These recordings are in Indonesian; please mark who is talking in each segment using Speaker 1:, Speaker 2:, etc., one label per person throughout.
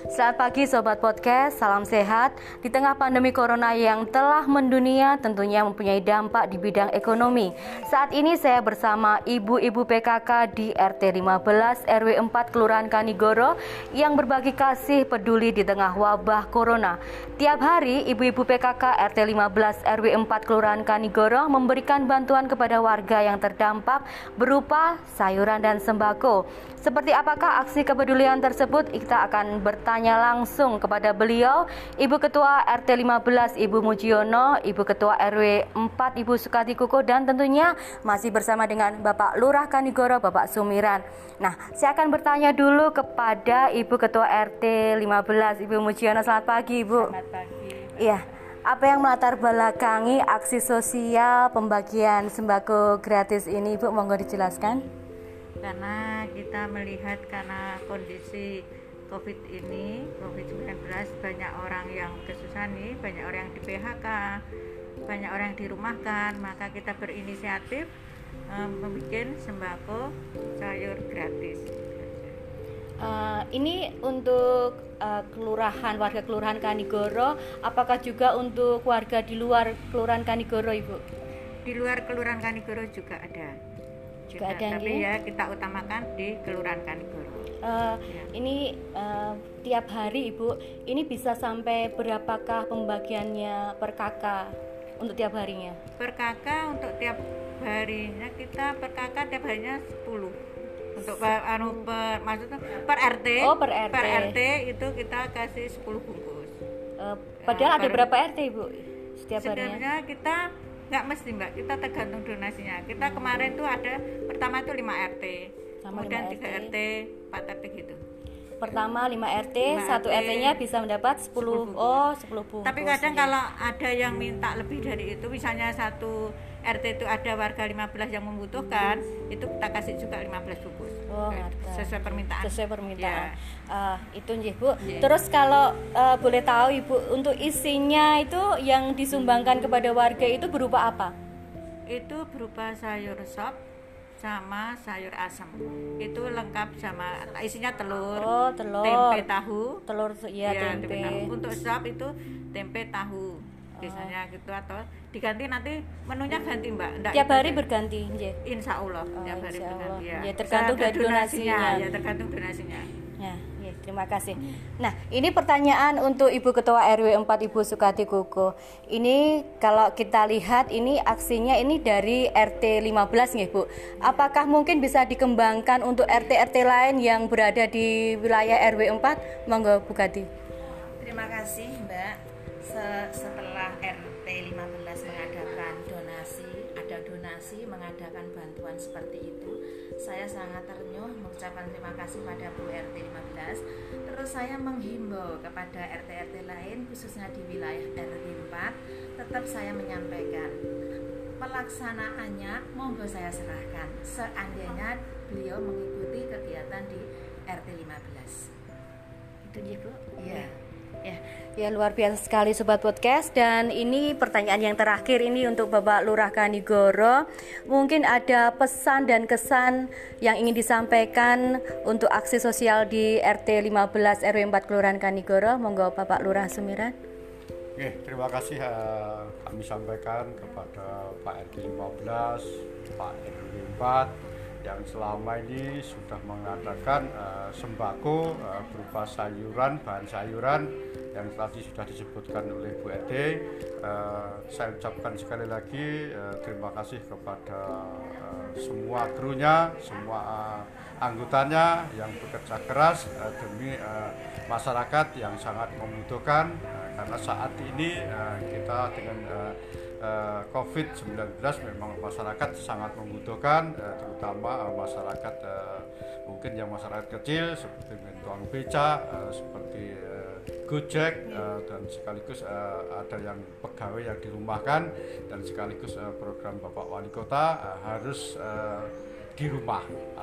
Speaker 1: Selamat pagi Sobat Podcast, salam sehat. Di tengah pandemi Corona yang telah mendunia tentunya mempunyai dampak di bidang ekonomi. Saat ini saya bersama ibu-ibu PKK di RT 15 RW 4 Kelurahan Kanigoro yang berbagi kasih peduli di tengah wabah Corona. Tiap hari ibu-ibu PKK RT 15 RW 4 Kelurahan Kanigoro memberikan bantuan kepada warga yang terdampak berupa sayuran dan sembako. Seperti apakah aksi kepedulian tersebut? Kita akan bertanya langsung kepada beliau, Ibu Ketua RT 15 Ibu Mujiono, Ibu Ketua RW 4 Ibu Sukati Kuko, dan tentunya masih bersama dengan Bapak Lurah Kanigoro, Bapak Sumiran. Nah, saya akan bertanya dulu kepada Ibu Ketua RT 15 Ibu Mujiono. Selamat pagi, Ibu.
Speaker 2: Selamat pagi.
Speaker 1: Iya. Apa yang melatar belakangi aksi sosial pembagian sembako gratis ini, Ibu? Monggo dijelaskan.
Speaker 2: Karena kita melihat karena kondisi COVID-19 banyak orang yang kesusahan nih, banyak orang yang di PHK, banyak orang yang dirumahkan, maka kita berinisiatif membuat sembako sayur gratis.
Speaker 1: Ini untuk warga Kelurahan Kanigoro, apakah juga untuk warga di luar Kelurahan Kanigoro, Ibu?
Speaker 2: Di luar Kelurahan Kanigoro juga ada. Tapi ya kita utamakan di Kelurahan Kanigoro.
Speaker 1: Ini tiap hari, Ibu, ini bisa sampai berapakah pembagiannya per kakak untuk tiap harinya?
Speaker 2: Per kakak untuk tiap harinya kita per kakak tiap harinya 10. Untuk maksudnya per RT.
Speaker 1: Oh, per RT.
Speaker 2: Per RT itu kita kasih 10 bungkus.
Speaker 1: Padahal ada berapa RT, Ibu? Setiap harinya?
Speaker 2: Sebenarnya kita nggak mesti, Mbak, kita tergantung donasinya. Kita kemarin tuh ada pertama itu 5 RT, kemudian 3 RT, 4 RT gitu.
Speaker 1: Pertama 5 RT, 1 RT-nya bisa mendapat 10 bungkus.
Speaker 2: Tapi kadang kalau ada yang minta lebih dari itu, misalnya satu RT itu ada warga 15 yang membutuhkan, itu kita kasih juga 15 bungkus. Sesuai permintaan.
Speaker 1: Ya. Itu nggih, Bu. Yeah. Terus kalau boleh tahu, Ibu, untuk isinya itu yang disumbangkan kepada warga itu berupa apa?
Speaker 2: Itu berupa sayur sop sama sayur asam. Itu lengkap sama isinya telur. Tempe tahu. Tempe tahu. Untuk sop itu tempe tahu. Biasanya gitu, atau diganti nanti menunya ganti, Mbak.
Speaker 1: Tiap hari berganti,
Speaker 2: Insya Allah tiap hari berganti ya.
Speaker 1: Ya tergantung dari donasinya.
Speaker 2: Ya tergantung donasinya.
Speaker 1: Ya, terima kasih. Nah, ini pertanyaan untuk Ibu Ketua RW 4 Ibu Sukati Kuko. Ini kalau kita lihat ini aksinya ini dari RT 15 nggih, Bu. Apakah mungkin bisa dikembangkan untuk RT-RT lain yang berada di wilayah RW 4? Monggo Bu Kati.
Speaker 3: Terima kasih, Mbak. Setelah RT 15 mengadakan donasi, mengadakan bantuan seperti itu, saya sangat ternyuh mengucapkan terima kasih pada Bu RT 15. Terus saya menghimbau kepada RT-RT lain, khususnya di wilayah RW 4, tetap saya menyampaikan pelaksanaannya monggo saya serahkan seandainya beliau mengikuti kegiatan di RT 15.
Speaker 1: Itu dia, Bu.
Speaker 3: Iya.
Speaker 1: Ya, luar biasa sekali Sobat Podcast. Dan ini pertanyaan yang terakhir ini untuk Bapak Lurah Kanigoro. Mungkin ada pesan dan kesan yang ingin disampaikan untuk aksi sosial di RT 15 RW 4 Kelurahan Kanigoro. Monggo Bapak Lurah Sumiran.
Speaker 4: Terima kasih kami sampaikan kepada Pak RT 15, Pak RW 4 yang selama ini sudah mengadakan sembako berupa bahan sayuran yang tadi sudah disebutkan oleh Bu RT. Saya ucapkan sekali lagi terima kasih kepada semua krunya, semua anggotanya yang bekerja keras demi masyarakat yang sangat membutuhkan, karena saat ini kita dengan COVID-19 memang masyarakat sangat membutuhkan, terutama masyarakat mungkin yang masyarakat kecil seperti tukang beca, seperti Gojek, dan sekaligus ada yang pegawai yang dirumahkan, dan sekaligus program Bapak Wali Kota harus di rumah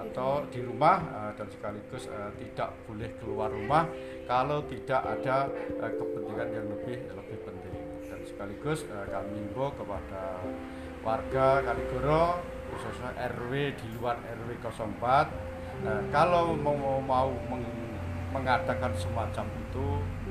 Speaker 4: dan sekaligus tidak boleh keluar rumah kalau tidak ada kepentingan yang lebih penting. Dan sekaligus kami himbau kepada warga Kanigoro, khususnya RW di luar RW 04, kalau mau mengadakan semacam itu,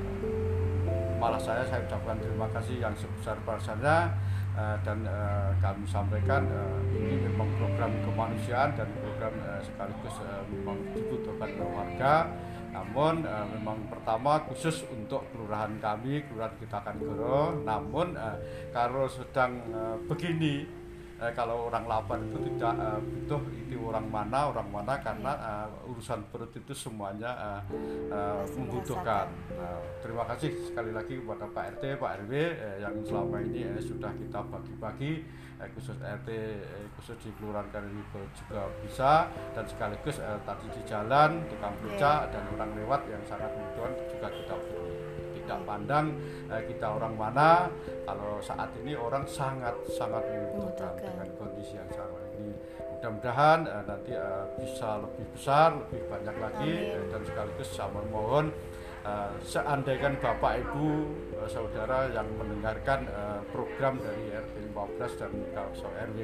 Speaker 4: malah saya ucapkan terima kasih yang sebesar-besarnya, dan kami sampaikan ini memang program kemanusiaan dan program sekaligus memang dibutuhkan oleh warga. Namun memang pertama khusus untuk kelurahan kami, Kelurahan Kitakanegoro. Namun kalau sedang begini, kalau orang lapar itu tidak butuh itu orang mana karena urusan perut itu semuanya membutuhkan. Terima kasih sekali lagi kepada Pak RT, Pak RW yang selama ini sudah kita bagi-bagi, khusus RT khusus di Kelurahan Kitakanegoro juga bisa, dan sekaligus tadi di jalan tukang becak dan orang lewat yang sangat membutuhkan juga kita beri. Tidak pandang kita orang mana, kalau saat ini orang sangat membutuhkan dengan kondisi yang sama ini. Mudah-mudahan nanti bisa lebih besar, lebih banyak lagi, dan sekaligus sama mohon seandainya Bapak Ibu saudara yang mendengarkan program dari RT 15 dan RW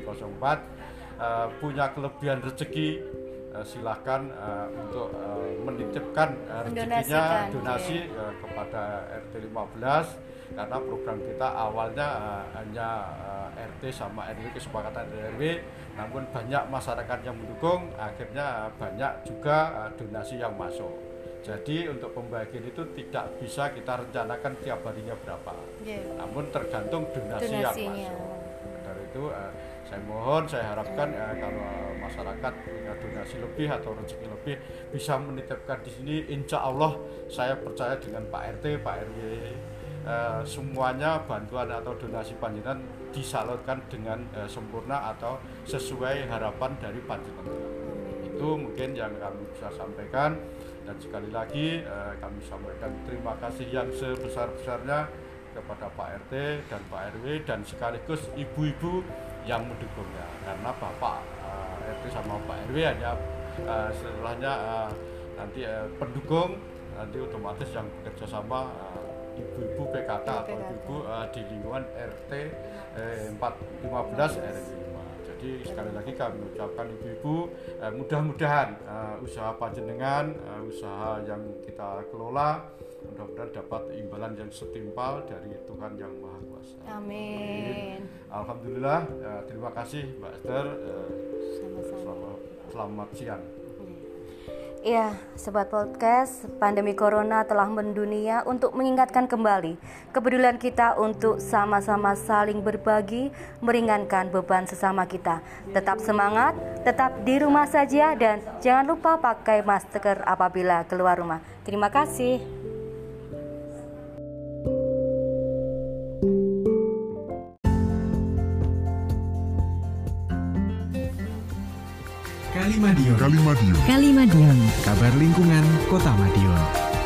Speaker 4: 04 punya kelebihan rezeki, silakan untuk menitipkan rezekinya donasi kepada RT 15, karena program kita awalnya hanya RT sama RW, kesepakatan RW, namun banyak masyarakat yang mendukung, akhirnya banyak juga donasi yang masuk. Jadi untuk pembagian itu tidak bisa kita rencanakan tiap harinya berapa, namun tergantung donasi yang masuk. Dari itu saya mohon, saya harapkan kalau masyarakat punya donasi lebih atau rezeki lebih bisa menitipkan di sini. Insya Allah saya percaya dengan Pak RT, Pak RW, semuanya bantuan atau donasi panjenengan disalurkan dengan sempurna atau sesuai harapan dari panjenengan. Itu mungkin yang kami bisa sampaikan, dan sekali lagi kami sampaikan terima kasih yang sebesar-besarnya kepada Pak RT dan Pak RW dan sekaligus ibu-ibu yang mendukungnya, karena Bapak RT sama Pak RW hanya setelahnya nanti pendukung, nanti otomatis yang bekerja sama ibu-ibu PKK atau ibu-ibu di lingkungan RT 15 RW 5. Jadi sekali lagi kami ucapkan ibu-ibu, mudah-mudahan usaha panjenengan, usaha yang kita kelola, mudah-mudahan dapat imbalan yang setimpal dari Tuhan yang Maha Kuasa.
Speaker 1: Amin.
Speaker 4: Alhamdulillah, terima kasih Mbak Esther. Selamat siang.
Speaker 1: Ya, Sobat Podcast, pandemi Corona telah mendunia untuk mengingatkan kembali kepedulian kita untuk sama-sama saling berbagi, meringankan beban sesama kita. Tetap semangat, tetap di rumah saja, dan jangan lupa pakai masker apabila keluar rumah. Terima kasih.
Speaker 5: Kalimadion. Kabar lingkungan Kota Madiun.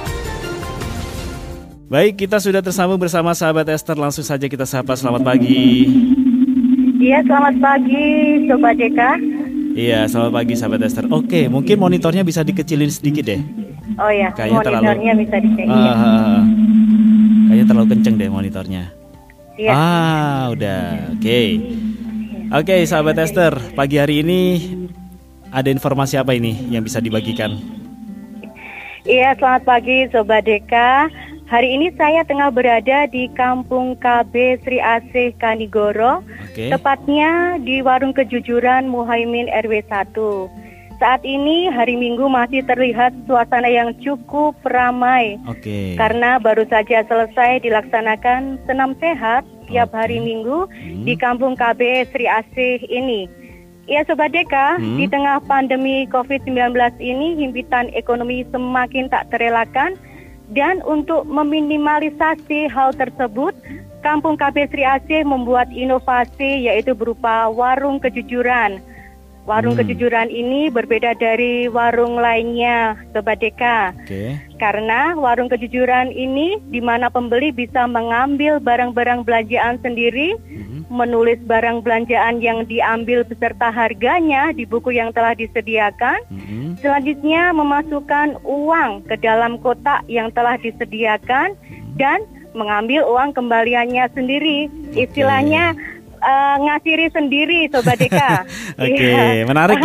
Speaker 6: Baik, kita sudah tersambung bersama sahabat Esther. Langsung saja kita sapa. Selamat pagi.
Speaker 7: Iya, selamat pagi Sobat Deka.
Speaker 6: Iya, selamat pagi sahabat Esther. Oke, mungkin monitornya bisa dikecilin sedikit deh.
Speaker 7: Oh ya,
Speaker 6: kayaknya
Speaker 7: monitornya bisa dikecilin.
Speaker 6: Kayaknya terlalu kenceng deh monitornya.
Speaker 7: Iya.
Speaker 6: Udah. Oke, sahabat Esther, pagi hari ini ada informasi apa ini yang bisa dibagikan?
Speaker 7: Iya, selamat pagi Sobat Deka. Hari ini saya tengah berada di Kampung KB Sri Asih Kanigoro, tepatnya di Warung Kejujuran Muhaimin RW 1. Saat ini hari Minggu masih terlihat suasana yang cukup ramai, karena baru saja selesai dilaksanakan senam sehat tiap hari Minggu di Kampung KB Sri Asih ini. Ya Sobat Deka, di tengah pandemi COVID-19 ini himpitan ekonomi semakin tak terelakkan, dan untuk meminimalisasi hal tersebut, Kampung KB Sri Asih membuat inovasi yaitu berupa warung kejujuran. Warung kejujuran ini berbeda dari warung lainnya Sobat Deka, karena warung kejujuran ini di mana pembeli bisa mengambil barang-barang belanjaan sendiri, menulis barang belanjaan yang diambil beserta harganya di buku yang telah disediakan. Selanjutnya memasukkan uang ke dalam kotak yang telah disediakan dan mengambil uang kembaliannya sendiri. Istilahnya ngasiri sendiri Sobat Deka.
Speaker 6: Menarik ya.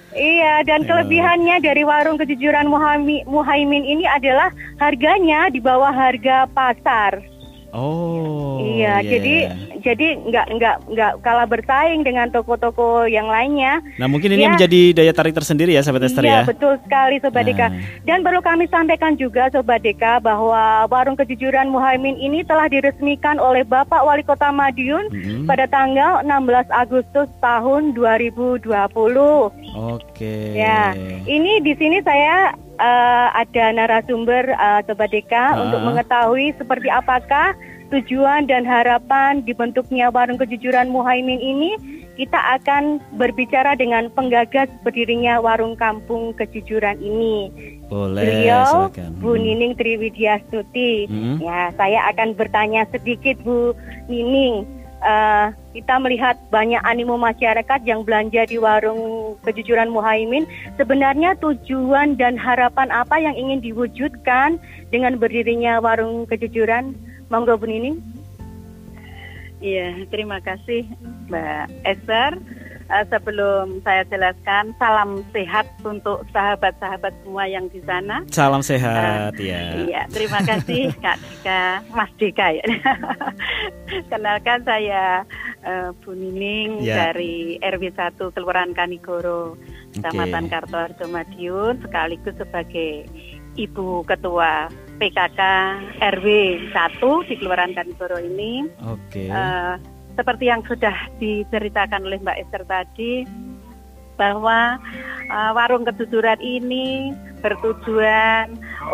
Speaker 7: Iya, dan kelebihannya dari warung kejujuran Muhaimin ini adalah harganya di bawah harga pasar.
Speaker 6: Oh.
Speaker 7: Iya, jadi nggak kalah bersaing dengan toko-toko yang lainnya.
Speaker 6: Nah, mungkin ini menjadi daya tarik tersendiri ya, Sobat Esther ya.
Speaker 7: Iya, betul sekali Sobat Deka. Dan perlu kami sampaikan juga Sobat Deka bahwa warung kejujuran Muhaimin ini telah diresmikan oleh Bapak Wali Kota Madiun pada tanggal 16 Agustus tahun 2020.
Speaker 6: Oke.
Speaker 7: Ya, ini di sini saya ada narasumber Sobat Deka untuk mengetahui seperti apakah tujuan dan harapan dibentuknya warung kejujuran Muhaimin ini. Kita akan berbicara dengan penggagas berdirinya warung kampung kejujuran ini.
Speaker 6: Boleh,
Speaker 7: beliau
Speaker 6: silakan.
Speaker 7: Bu Nining Triwidiastuti. Ya, saya akan bertanya sedikit Bu Nining. Kita melihat banyak animo masyarakat yang belanja di warung kejujuran Muhaimin. Sebenarnya tujuan dan harapan apa yang ingin diwujudkan dengan berdirinya warung kejujuran? Monggo Bu Nining.
Speaker 8: Iya, terima kasih Mbak Esther. Sebelum saya jelaskan, salam sehat untuk sahabat-sahabat semua yang di sana.
Speaker 6: Salam sehat, ya.
Speaker 8: Iya, terima kasih Kak Dika, Mas Dika ya. Kenalkan saya Bu Nining dari RW 1 Kelurahan Kanigoro, Kecamatan Kartoharjo Madiun, sekaligus sebagai Ibu Ketua PKK RW 1 di Kelurahan Kanigoro ini.
Speaker 6: Oke.
Speaker 8: Seperti yang sudah diceritakan oleh Mbak Esther tadi, bahwa warung kejujuran ini bertujuan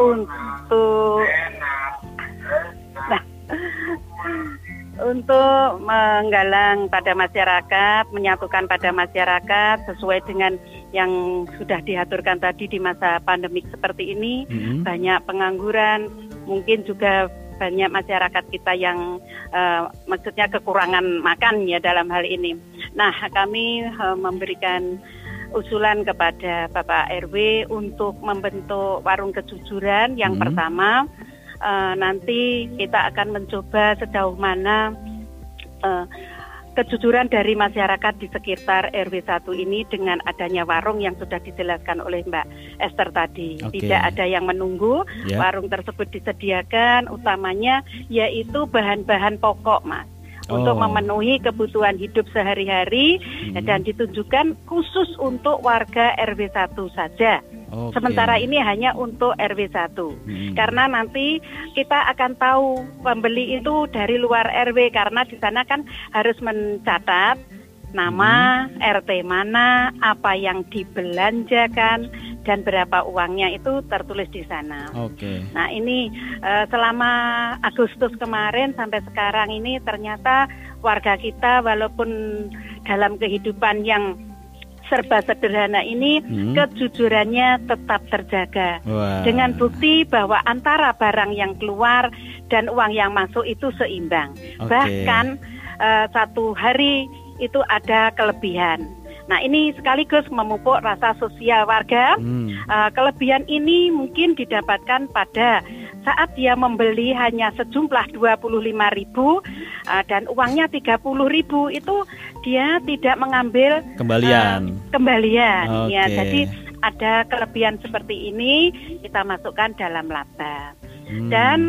Speaker 8: untuk menggalang pada masyarakat, menyatukan pada masyarakat sesuai dengan yang sudah diaturkan tadi di masa pandemik seperti ini. Banyak pengangguran, mungkin juga banyak masyarakat kita yang maksudnya kekurangan makan ya dalam hal ini. Nah, kami memberikan usulan kepada Bapak RW untuk membentuk warung kejujuran. Yang pertama, nanti kita akan mencoba sejauh mana kejujuran dari masyarakat di sekitar RW 1 ini dengan adanya warung yang sudah dijelaskan oleh Mbak Esther tadi. Tidak ada yang menunggu, warung tersebut disediakan utamanya yaitu bahan-bahan pokok, Mas. Untuk memenuhi kebutuhan hidup sehari-hari dan ditunjukkan khusus untuk warga RW 1 saja. Sementara ini hanya untuk RW 1. Karena nanti kita akan tahu pembeli itu dari luar RW karena di sana kan harus mencatat nama, RT mana, apa yang dibelanjakan dan berapa uangnya itu tertulis di sana. Nah, ini selama Agustus kemarin sampai sekarang ini ternyata warga kita walaupun dalam kehidupan yang serba sederhana ini kejujurannya tetap terjaga. Dengan bukti bahwa antara barang yang keluar dan uang yang masuk itu seimbang. Bahkan satu hari itu ada kelebihan. Nah, ini sekaligus memupuk rasa sosial warga. Kelebihan ini mungkin didapatkan pada saat dia membeli hanya sejumlah 25.000 dan uangnya 30.000 itu dia tidak mengambil kembalian. Ya, jadi ada kelebihan seperti ini kita masukkan dalam laba. Dan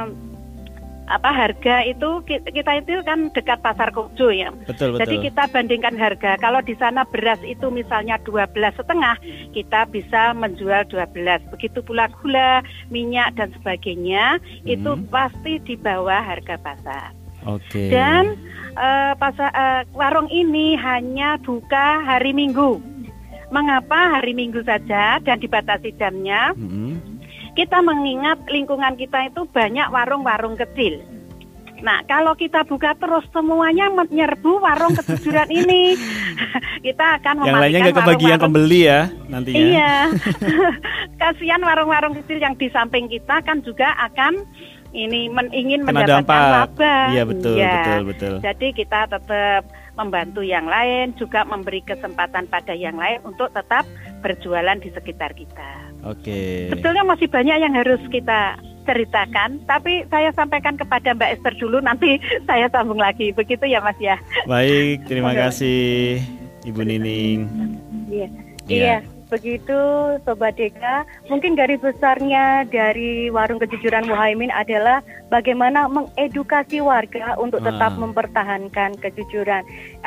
Speaker 8: harga itu kita itu kan dekat pasar Kojo ya.
Speaker 6: Betul.
Speaker 8: Jadi kita bandingkan harga. Kalau di sana beras itu misalnya 12,5, kita bisa menjual 12. Begitu pula gula, minyak dan sebagainya itu pasti di bawah harga pasar. Dan warung ini hanya buka hari Minggu. Mengapa hari Minggu saja dan dibatasi jamnya? Kita mengingat lingkungan kita itu banyak warung-warung kecil. Nah, kalau kita buka terus semuanya menyerbu warung kejujuran ini, kita akan mematikan
Speaker 6: yang lainnya nggak kebagian pembeli ya nantinya.
Speaker 8: Iya, kasihan warung-warung kecil yang di samping kita kan juga akan ingin mendapatkan laba.
Speaker 6: Iya, betul.
Speaker 8: Jadi kita tetap membantu yang lain, juga memberi kesempatan pada yang lain untuk tetap berjualan di sekitar kita. Sebetulnya masih banyak yang harus kita ceritakan, tapi saya sampaikan kepada Mbak Esther dulu, nanti saya sambung lagi. Begitu ya Mas ya.
Speaker 6: Baik, terima kasih Ibu Nining.
Speaker 7: Iya, begitu Sobat Deka. Mungkin garis besarnya dari Warung Kejujuran Muhaimin adalah bagaimana mengedukasi warga untuk tetap mempertahankan kejujuran.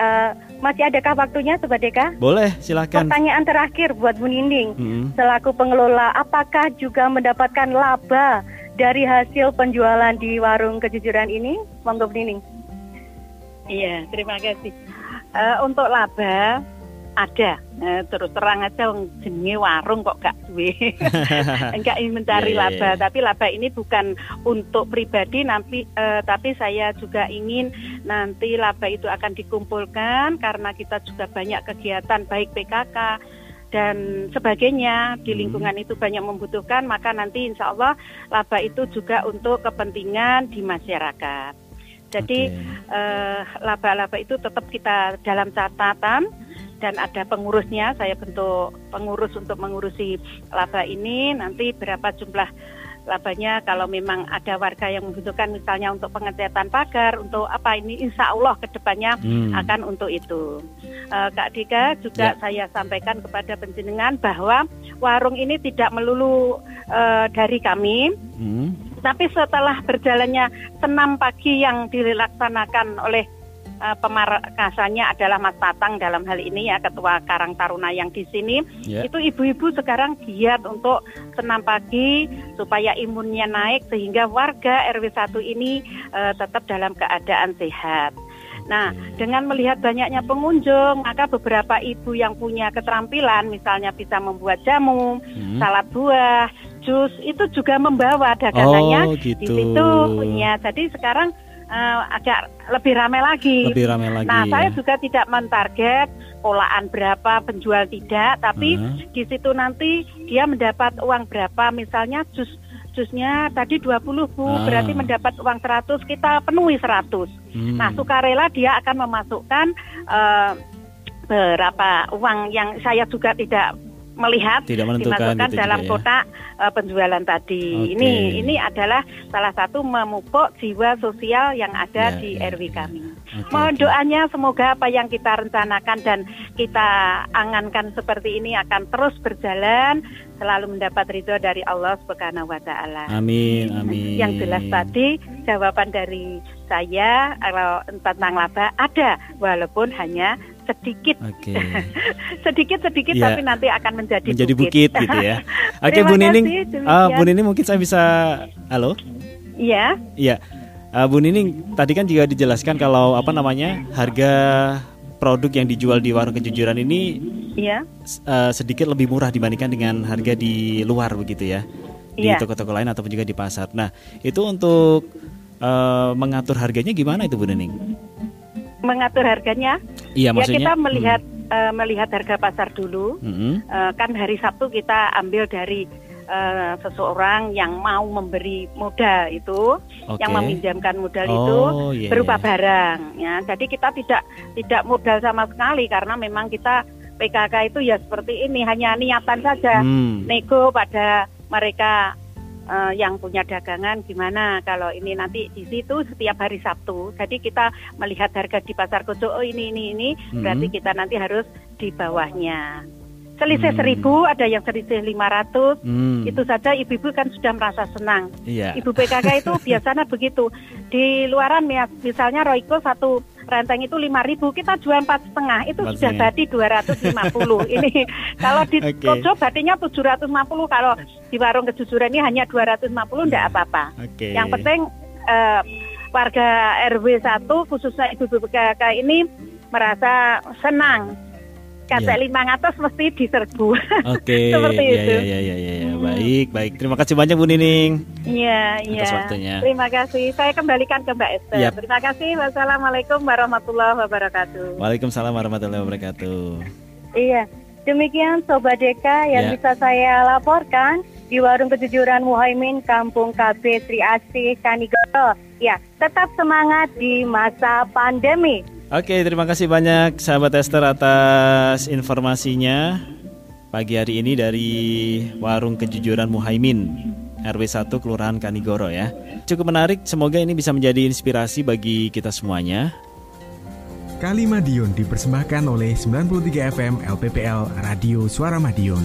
Speaker 7: Masih adakah waktunya Sobat Deka?
Speaker 6: Boleh, silakan.
Speaker 7: Pertanyaan terakhir buat Bu Nining. Selaku pengelola, apakah juga mendapatkan laba dari hasil penjualan di Warung Kejujuran ini? Monggo Bu Nining.
Speaker 8: Iya, terima kasih. Untuk laba ada, terus terang aja jenenge warung kok gak duwe. Enggak ingin mencari laba, tapi laba ini bukan untuk pribadi tapi saya juga ingin nanti laba itu akan dikumpulkan karena kita juga banyak kegiatan baik PKK dan sebagainya di lingkungan itu banyak membutuhkan, maka nanti insya Allah laba itu juga untuk kepentingan di masyarakat. Jadi laba-laba itu tetap kita dalam catatan dan ada pengurusnya, saya bentuk pengurus untuk mengurusi laba ini, nanti berapa jumlah labanya kalau memang ada warga yang membutuhkan misalnya untuk pengecatan pagar, untuk apa ini insya Allah kedepannya akan untuk itu. Kak Dika juga saya sampaikan kepada penjenengan bahwa warung ini tidak melulu dari kami, tapi setelah berjalannya senam pagi yang dilaksanakan oleh pemarkasannya adalah Mas Tatang dalam hal ini ya, Ketua Karang Taruna yang di sini, itu ibu-ibu sekarang giat untuk senam pagi supaya imunnya naik sehingga warga RW 1 ini tetap dalam keadaan sehat. Nah, dengan melihat banyaknya pengunjung, maka beberapa ibu yang punya keterampilan, misalnya bisa membuat jamu, salad buah, jus, itu juga membawa dagangannya di situ. Ya, jadi sekarang agak lebih ramai lagi. Nah, saya juga tidak mentarget olahan berapa, penjual tidak, tapi di situ nanti dia mendapat uang berapa, misalnya jusnya tadi 20 Bu, berarti mendapat uang 100, kita penuhi 100. Nah, sukarela dia akan memasukkan berapa uang yang saya juga tidak melihat, dimasukkan gitu dalam kotak penjualan tadi. Ini adalah salah satu memupuk jiwa sosial yang ada di RW kami. Mohon doanya semoga apa yang kita rencanakan dan kita angankan seperti ini akan terus berjalan, selalu mendapat ridho dari Allah Subhanahu wa taala.
Speaker 6: Amin, amin.
Speaker 8: Yang jelas tadi jawaban dari saya kalau tentang laba ada, walaupun hanya sedikit, sedikit tapi nanti akan menjadi bukit
Speaker 6: gitu ya. Oke, Bu Nining, Bu Nining mungkin saya bisa, halo?
Speaker 8: Iya.
Speaker 6: Bu Nining tadi kan juga dijelaskan kalau harga produk yang dijual di Warung Kejujuran ini sedikit lebih murah dibandingkan dengan harga di luar begitu ya, di toko-toko lain ataupun juga di pasar. Nah, itu untuk mengatur harganya gimana itu Bu Nining?
Speaker 8: Mengatur harganya?
Speaker 6: Iya, maksudnya
Speaker 8: kita melihat harga pasar dulu. Kan hari Sabtu kita ambil dari seseorang yang mau memberi modal itu, yang meminjamkan modal itu berupa barang. Ya, jadi kita tidak modal sama sekali karena memang kita PKK itu ya seperti ini, hanya niatan saja. Nego pada mereka yang punya dagangan gimana kalau ini nanti di situ setiap hari Sabtu. Jadi kita melihat harga di pasar Kojo, ini berarti kita nanti harus di bawahnya. Selisih 1.000, ada yang selisih 500. Itu saja ibu-ibu kan sudah merasa senang. Ibu PKK itu biasanya begitu. Di luaran misalnya Royco satu renteng itu 5.000, kita jual 4,5, itu sudah bati 250. Ini kalau di Kojo batinya 750, kalau di Warung Kejujuran ini hanya 250, enggak apa-apa. Yang penting warga RW 1 khususnya ibu-ibu PKK ini merasa senang. Kata 500 mesti diserbu. Seperti itu.
Speaker 6: Ya. Baik. Terima kasih banyak Bu Nining.
Speaker 8: Iya.
Speaker 6: Atas waktunya.
Speaker 8: Terima kasih. Saya kembalikan ke Mbak Esther. Terima kasih. Wassalamualaikum warahmatullahi wabarakatuh.
Speaker 6: Waalaikumsalam warahmatullahi wabarakatuh.
Speaker 7: Iya. Demikian Sobat Deka yang bisa saya laporkan di Warung Kejujuran Muhaimin, Kampung KB Sri Asih Kanigoro. Ya, tetap semangat di masa pandemi.
Speaker 6: Oke, terima kasih banyak sahabat Esther atas informasinya pagi hari ini dari Warung Kejujuran Muhaimin, RW 1 Kelurahan Kanigoro ya. Cukup menarik, semoga ini bisa menjadi inspirasi bagi kita semuanya.
Speaker 5: Kali Madiun dipersembahkan oleh 93 FM LPPL Radio Suara Madiun.